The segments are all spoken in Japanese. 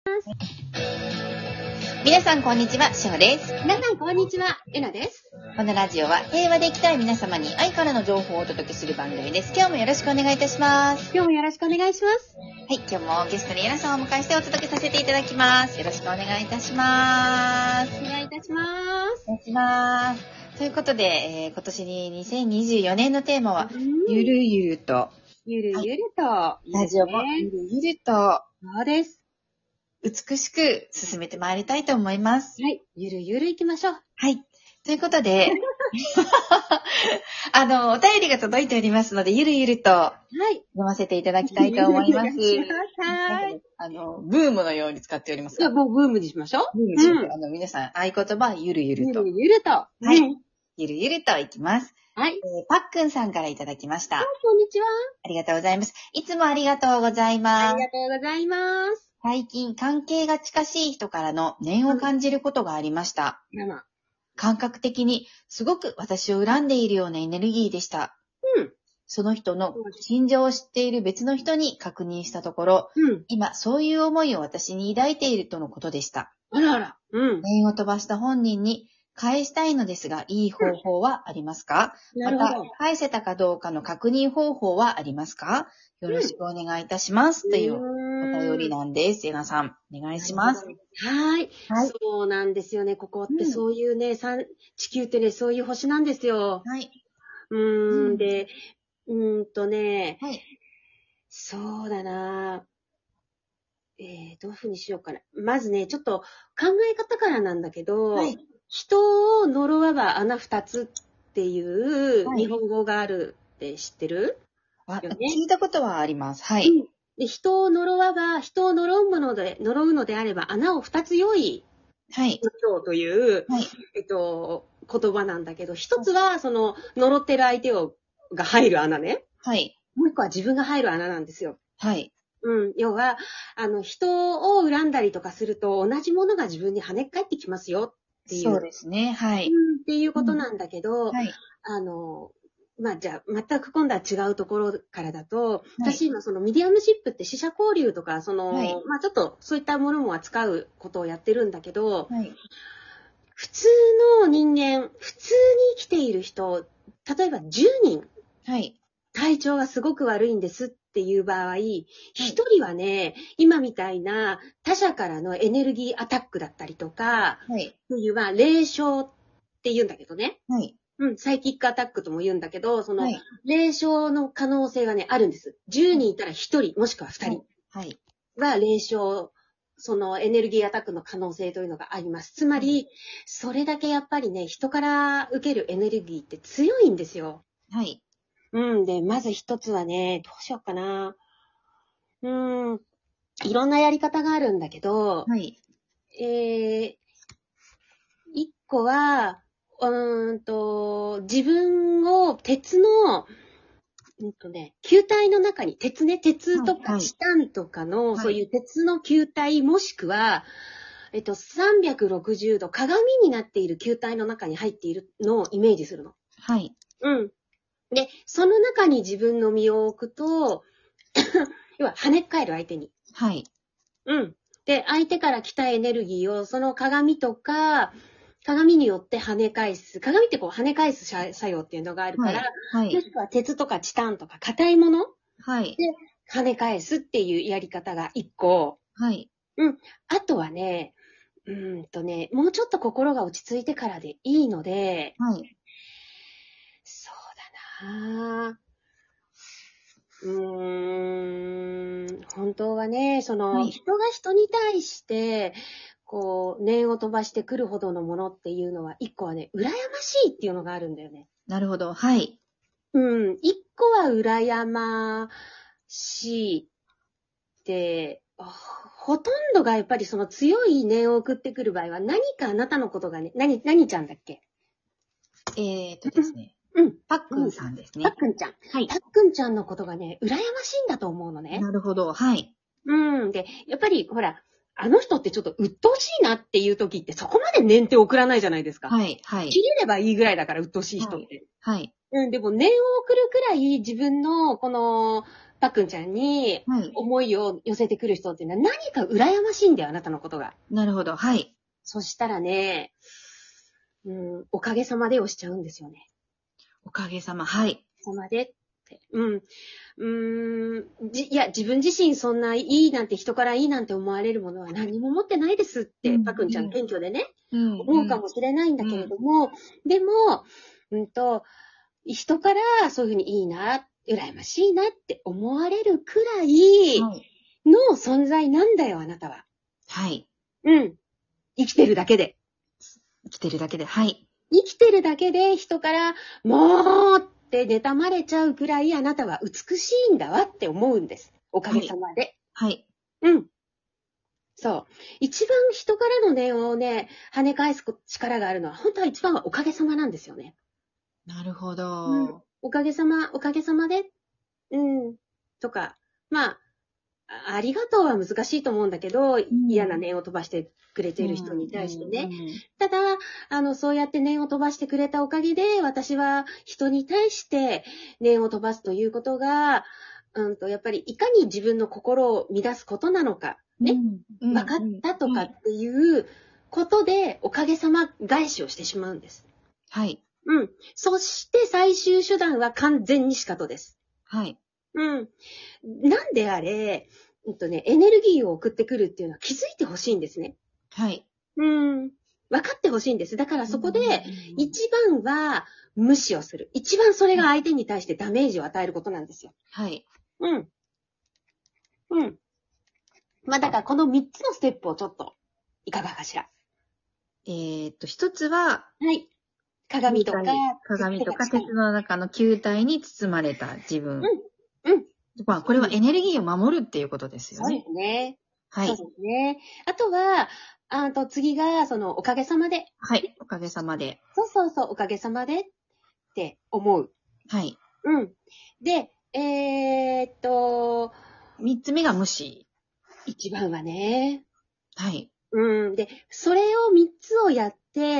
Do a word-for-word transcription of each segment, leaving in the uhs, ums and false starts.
皆さんこんにちは、しほです。 皆さんこんにちは、えなです。 このラジオは平和で生きたい皆様に愛からの情報をお届けする番組です。今日もよろしくお願いいたします。 今日もよろしくお願いします。 はい、今日もゲストにえなさんをお迎えしてお届けさせていただきます。よろしくお願いいたします。 お願いいたします。 お願いします。ということで、えー、今年ににせんにじゅうよねんのテーマは、ゆるゆると。 ゆるゆると、はい、 ラジオもゆるゆると。 そうです。 美しく進めてまいりたいと思います。 はい。ゆるゆるいきましょう。 はい。ということで、あの、お便りが届いておりますので、ゆるゆると読ませていただきたいと思います。 はい。 あの、ブームのように使っておりますが。 いや、もうブームにしましょう。 ブームにしましょう。あの、皆さん、合言葉はゆるゆると。 ゆるゆると。はい。ゆるゆるといきます。 はい。 えー、パックンさんからいただきました。はい、 こんにちは。 ありがとうございます。いつもありがとうございます。 ありがとうございます。 最近、関係が近しい人からの念を感じることがありました。 うん、 感覚的にすごく私を恨んでいるようなエネルギーでした。 うん、 その人の心情を知っている別の人に確認したところ、 うん、 今そういう思いを私に抱いているとのことでした。 あらあら。うん、 念を飛ばした本人に返したいのですが、いい方法はありますか？ うん、また、返せたかどうかの確認方法はありますか？よろしくお願いいたします。うん、というお便りなんです。えなさん、お願いします。 はい。はい。そうなんですよね。ここってそういうね、うん、地球ってね、そういう星なんですよ。 はい。 うーん、で、うーんとね、 はい。 そうだなえー、どういうふうにしようかな。まずね、ちょっと考え方からなんだけど、はい、人を呪わば穴二つっていう日本語があるって知ってる？ はい、ね、聞いたことはあります。はい。 うん、で人を呪わば、人を呪うもので、呪うのであれば穴を二つ用意はい。 しましょうという、はい、えっと、言葉なんだけど、一つはその呪ってる相手をが入る穴ね。 はい。 もう一個は自分が入る穴なんですよ。 はい。 うん。要は、あの、人を恨んだりとかすると、同じものが自分に跳ね返ってきますよっていう。 そうですね。はい。 うん、っていうことなんだけど、 うん、はい。 あの、まあ、じゃあ、全く今度は違うところからだと、はい、私今そのミディアムシップって死者交流とか、その、はい、まあ、ちょっとそういったものも扱うことをやってるんだけど、はい、普通の人間、普通に生きている人、例えばじゅうにん、はい、体調がすごく悪いんですっていう場合、一、はい、人はね、今みたいな他者からのエネルギーアタックだったりとか、はい、というは霊障って言うんだけどね。はい。うん、サイキックアタックとも言うんだけど、その、はい、霊障の可能性がね、あるんです。じゅうにんいたらひとり、もしくはふたりは霊障、そのエネルギーアタックの可能性というのがあります。つまり、それだけやっぱりね、人から受けるエネルギーって強いんですよ。はい。うん。で、まず一つはね、どうしようかな。うーん。いろんなやり方があるんだけど、はい。えー、一個は、うーんと、自分を鉄の、うんとね、球体の中に、鉄ね、鉄とかチタンとかの、はい、そういう鉄の球体、もしくは、えっと、さんびゃくろくじゅうど鏡になっている球体の中に入っているのをイメージするの。はい。うん。で、その中に自分の身を置くと、要は跳ね返る相手に。はい。うん。で、相手から来たエネルギーを、その鏡とか、鏡によって跳ね返す。鏡ってこう跳ね返す作用っていうのがあるから、はいはい、もしくは鉄とかチタンとか硬いもの、はい、で跳ね返すっていうやり方が一個。はい。うん。あとはね、うーんとね、もうちょっと心が落ち着いてからでいいので、はい。そうだなぁ。うーん、本当はね、その、はい、人が人に対して、こう、念を飛ばしてくるほどのものっていうのは、一個はね、羨ましいっていうのがあるんだよね。 なるほど。はい。 うん。一個は羨ましいって、ほとんどがやっぱりその強い念を送ってくる場合は、何かあなたのことがね、何、何ちゃんだっけ？ えーとですね。 うん。 パックンさんですね。 パックンちゃん。はい。パックンちゃんのことがね、羨ましいんだと思うのね。 なるほど。はい。 うん。で、やっぱり、ほら、あの人ってちょっと鬱陶しいなっていう時ってそこまで念って送らないじゃないですか。はい、はい。切れればいいぐらいだから鬱陶しい人って。はい。はい、うん。でも念を送るくらい自分の、この、 パックンちゃんに思いを寄せてくる人っていうのは何か羨ましいんだよ、あなたのことが。 なるほど。はい。 そしたらね、うん、おかげさまでをしちゃうんですよね。 おかげさま。はい。 おかげさまでって。うん。うーん。じ、いや、自分自身そんないいなんて人からいいなんて思われるものは何も持ってないですって、うん、パックンちゃん謙虚でね、うん、思うかもしれないんだけれども、うん、でも、うんと、人からそういうふうにいいな、羨ましいなって思われるくらいの存在なんだよ、あなたは。 はい。 うん。生きてるだけで。 生きてるだけで、はい。 生きてるだけで人から、もうって妬まれちゃうくらいあなたは美しいんだわって思うんです。おかげさまで。 はい。 はい、うん。そう。一番人からの念をね、跳ね返す力があるのは、本当は一番はおかげさまなんですよね。 なるほど。 うん、おかげさま、おかげさまで、うん、とか、まあ、ありがとうは難しいと思うんだけど、うん、嫌な念を飛ばしてくれている人に対してね。うんうんうん、ただ、あの、そうやって念を飛ばしてくれたおかげで、私は人に対して念を飛ばすということが、うんと、やっぱりいかに自分の心を乱すことなのか、ね、うんうん、分かったとかっていうことで、おかげさま返しをしてしまうんです。 はい。 うん。そして最終手段は完全に仕方です。 はい。 うん。なんであれ、うんとね、エネルギーを送ってくるっていうのは気づいてほしいんですね。 はい。 うん。分かってほしいんです。だからそこで、一番は無視をする。一番それが相手に対してダメージを与えることなんですよ。 はい。 うん。うん。まあだからこの三つのステップをちょっと、いかがかしら。 えー、っと、一つは、 はい。鏡とか、 鏡とか鉄の中の球体に包まれた自分。 うん。うん。 まあ、これはエネルギーを守るっていうことですよね。 そうですね。 はい。 そうですね。あとは、あと次が、その、おかげさまで。 はい。おかげさまで。 そうそうそう、おかげさまでって思う。 はい。 うん。で、えー、っと、 三つ目が無視。 一番はね。 はい。 うん。で、それを三つをやって、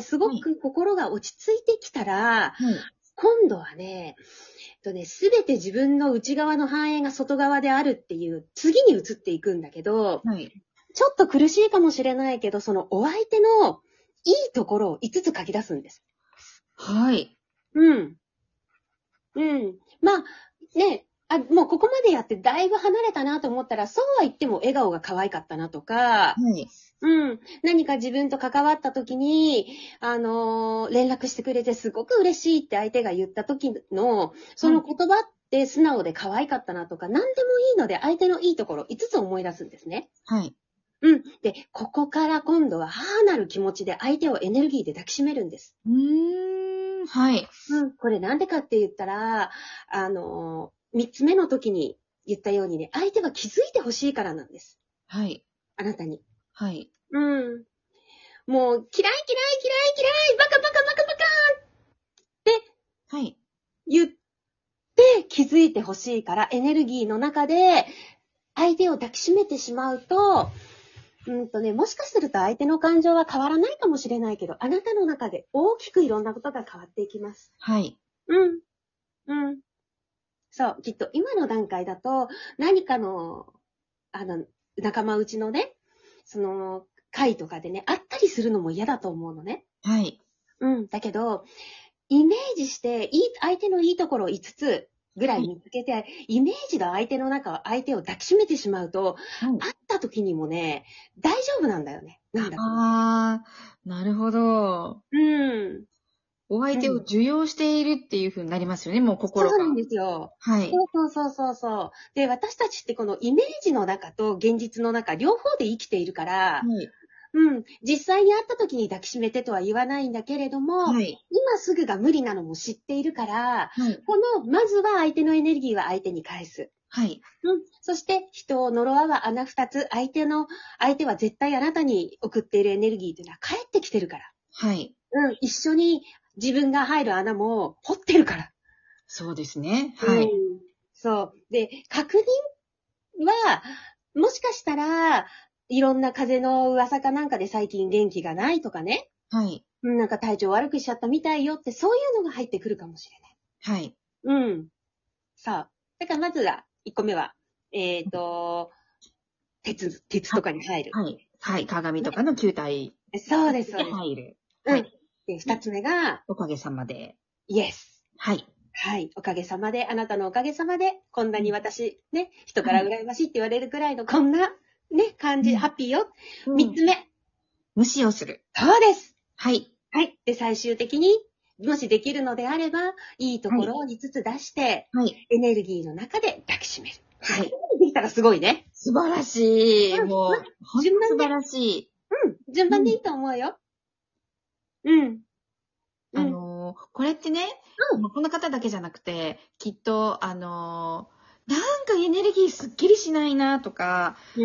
すごく心が落ち着いてきたら、はい、今度はね、とね、すべて自分の内側の反映が外側であるっていう、次に移っていくんだけど、はい、ちょっと苦しいかもしれないけど、そのお相手のいいところをいつつ書き出すんです。 はい。 うん。うん。まあ、ね、あ、もうここまでやってだいぶ離れたなと思ったら、そうは言っても笑顔が可愛かったなとか、はい、うん。何か自分と関わった時に、あのー、連絡してくれてすごく嬉しいって相手が言った時の、その言葉って素直で可愛かったなとか、何でもいいので相手のいいところいつつ思い出すんですね。 はい。 うん。で、ここから今度は母なる気持ちで相手をエネルギーで抱きしめるんです。 うーん。はい。 うん。これなんでかって言ったら、あのー、三つ目の時に言ったようにね、相手が気づいてほしいからなんです。 はい。 あなたに。 はい。 うん。もう、嫌い嫌い嫌い嫌い嫌いバカバカバカバカって、はい。言って気づいてほしいから、エネルギーの中で相手を抱きしめてしまうと、うんとね、もしかすると相手の感情は変わらないかもしれないけど、あなたの中で大きくいろんなことが変わっていきます。 はい。 うん。うん。そう、きっと今の段階だと、何かの、あの、仲間内のね、その、会とかでね、会ったりするのも嫌だと思うのね。 はい。 うん。だけど、イメージして、いい、相手のいいところをいつつぐらい見つけて、はい、イメージが相手の中、相手を抱きしめてしまうと、はい、会った時にもね、大丈夫なんだよね。なんだろう。 ああ、なるほど。 うん。 お相手を受容しているっていう風になりますよね、うん、もう心が。 そうなんですよ。 はい。 そうそうそうそう。で、私たちってこのイメージの中と現実の中、両方で生きているから、はい、うん。実際に会った時に抱きしめてとは言わないんだけれども、はい、今すぐが無理なのも知っているから、はい、この、まずは相手のエネルギーは相手に返す。はい。うん。そして、人を呪わは穴二つ、相手の、相手は絶対あなたに送っているエネルギーというのは返ってきてるから。はい。うん。一緒に自分が入る穴も掘ってるから。 そうですね。はい。うん、 そう。で、確認は、もしかしたら、いろんな風の噂かなんかで最近元気がないとかね。はい。なんか体調悪くしちゃったみたいよって、そういうのが入ってくるかもしれない。はい。うん。さあ。だからまずは、 いっこめは、えっと、鉄、鉄とかに入る。 はい。はい。鏡とかの球体。 そうです、そうです。 入る。 はい。で、二つ目が、 おかげさまで。 イエス。 はい。 はい。おかげさまで、あなたのおかげさまで、こんなに私、ね、人から羨ましいって言われるくらいのこんな、ね、感じ、 うん、 ハッピーよ。 三、 うん、つ目。 無視をする。 そうです。 はい。 はい。で、最終的に、もしできるのであれば、いいところをいつつ出して、はい、エネルギーの中で抱きしめる。はい。できたらすごいね。 素晴らしい。うん、もう、順番で。素晴らしい。 うん。順番でいいと思うよ。うん。 あのー、これってね、うん、この方だけじゃなくて、きっと、あのー、なんかエネルギーすっきりしないなとか、うん、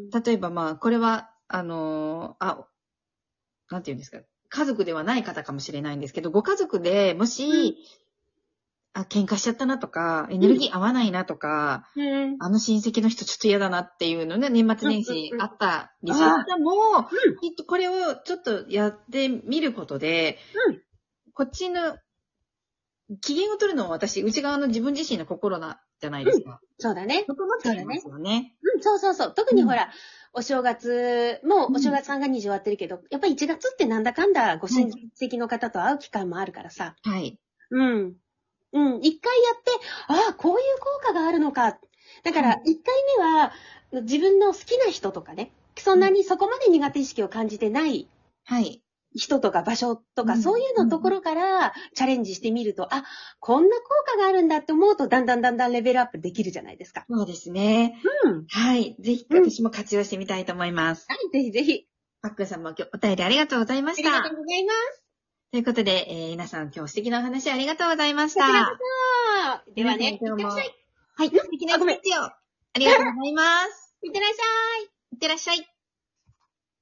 例えばまあ、これは、あのー、あ、なんていうんですか、家族ではない方かもしれないんですけど、ご家族でもし、うん、あ、喧嘩しちゃったなとか、エネルギー合わないなとか、うん、あの親戚の人ちょっと嫌だなっていうのね、年末年始あったりする方も、うん、きっとこれをちょっとやってみることで、うん、こっちの機嫌を取るのは私、内側の自分自身の心な、じゃないですか。うん、 そうだね。 整ってきますよね。 うん、そうそうそう。特にほら、うん、お正月、もうお正月三が日終わってるけど、うん、やっぱりいちがつってなんだかんだご親戚の方と会う機会もあるからさ。はい。うん。うん。一回やって、ああ、こういう効果があるのか。だから、一回目は、自分の好きな人とかね、そんなにそこまで苦手意識を感じてない。はい。人とか場所とか、うん、そういうのところからチャレンジしてみると、うん、あ、こんな効果があるんだって思うと、だんだんだんだんレベルアップできるじゃないですか。そうですね。うん。はい。ぜひ、私も活用してみたいと思います。うん、はい、ぜひぜひ。パックンさんも今日お便りありがとうございました。ありがとうございます。ということで、えー、皆さん今日素敵なお話ありがとうございました。こちらこそ。ではね、いってらっしゃい。はい、素敵な一日を。ありがとうございます。いってらっしゃい。いってらっしゃい。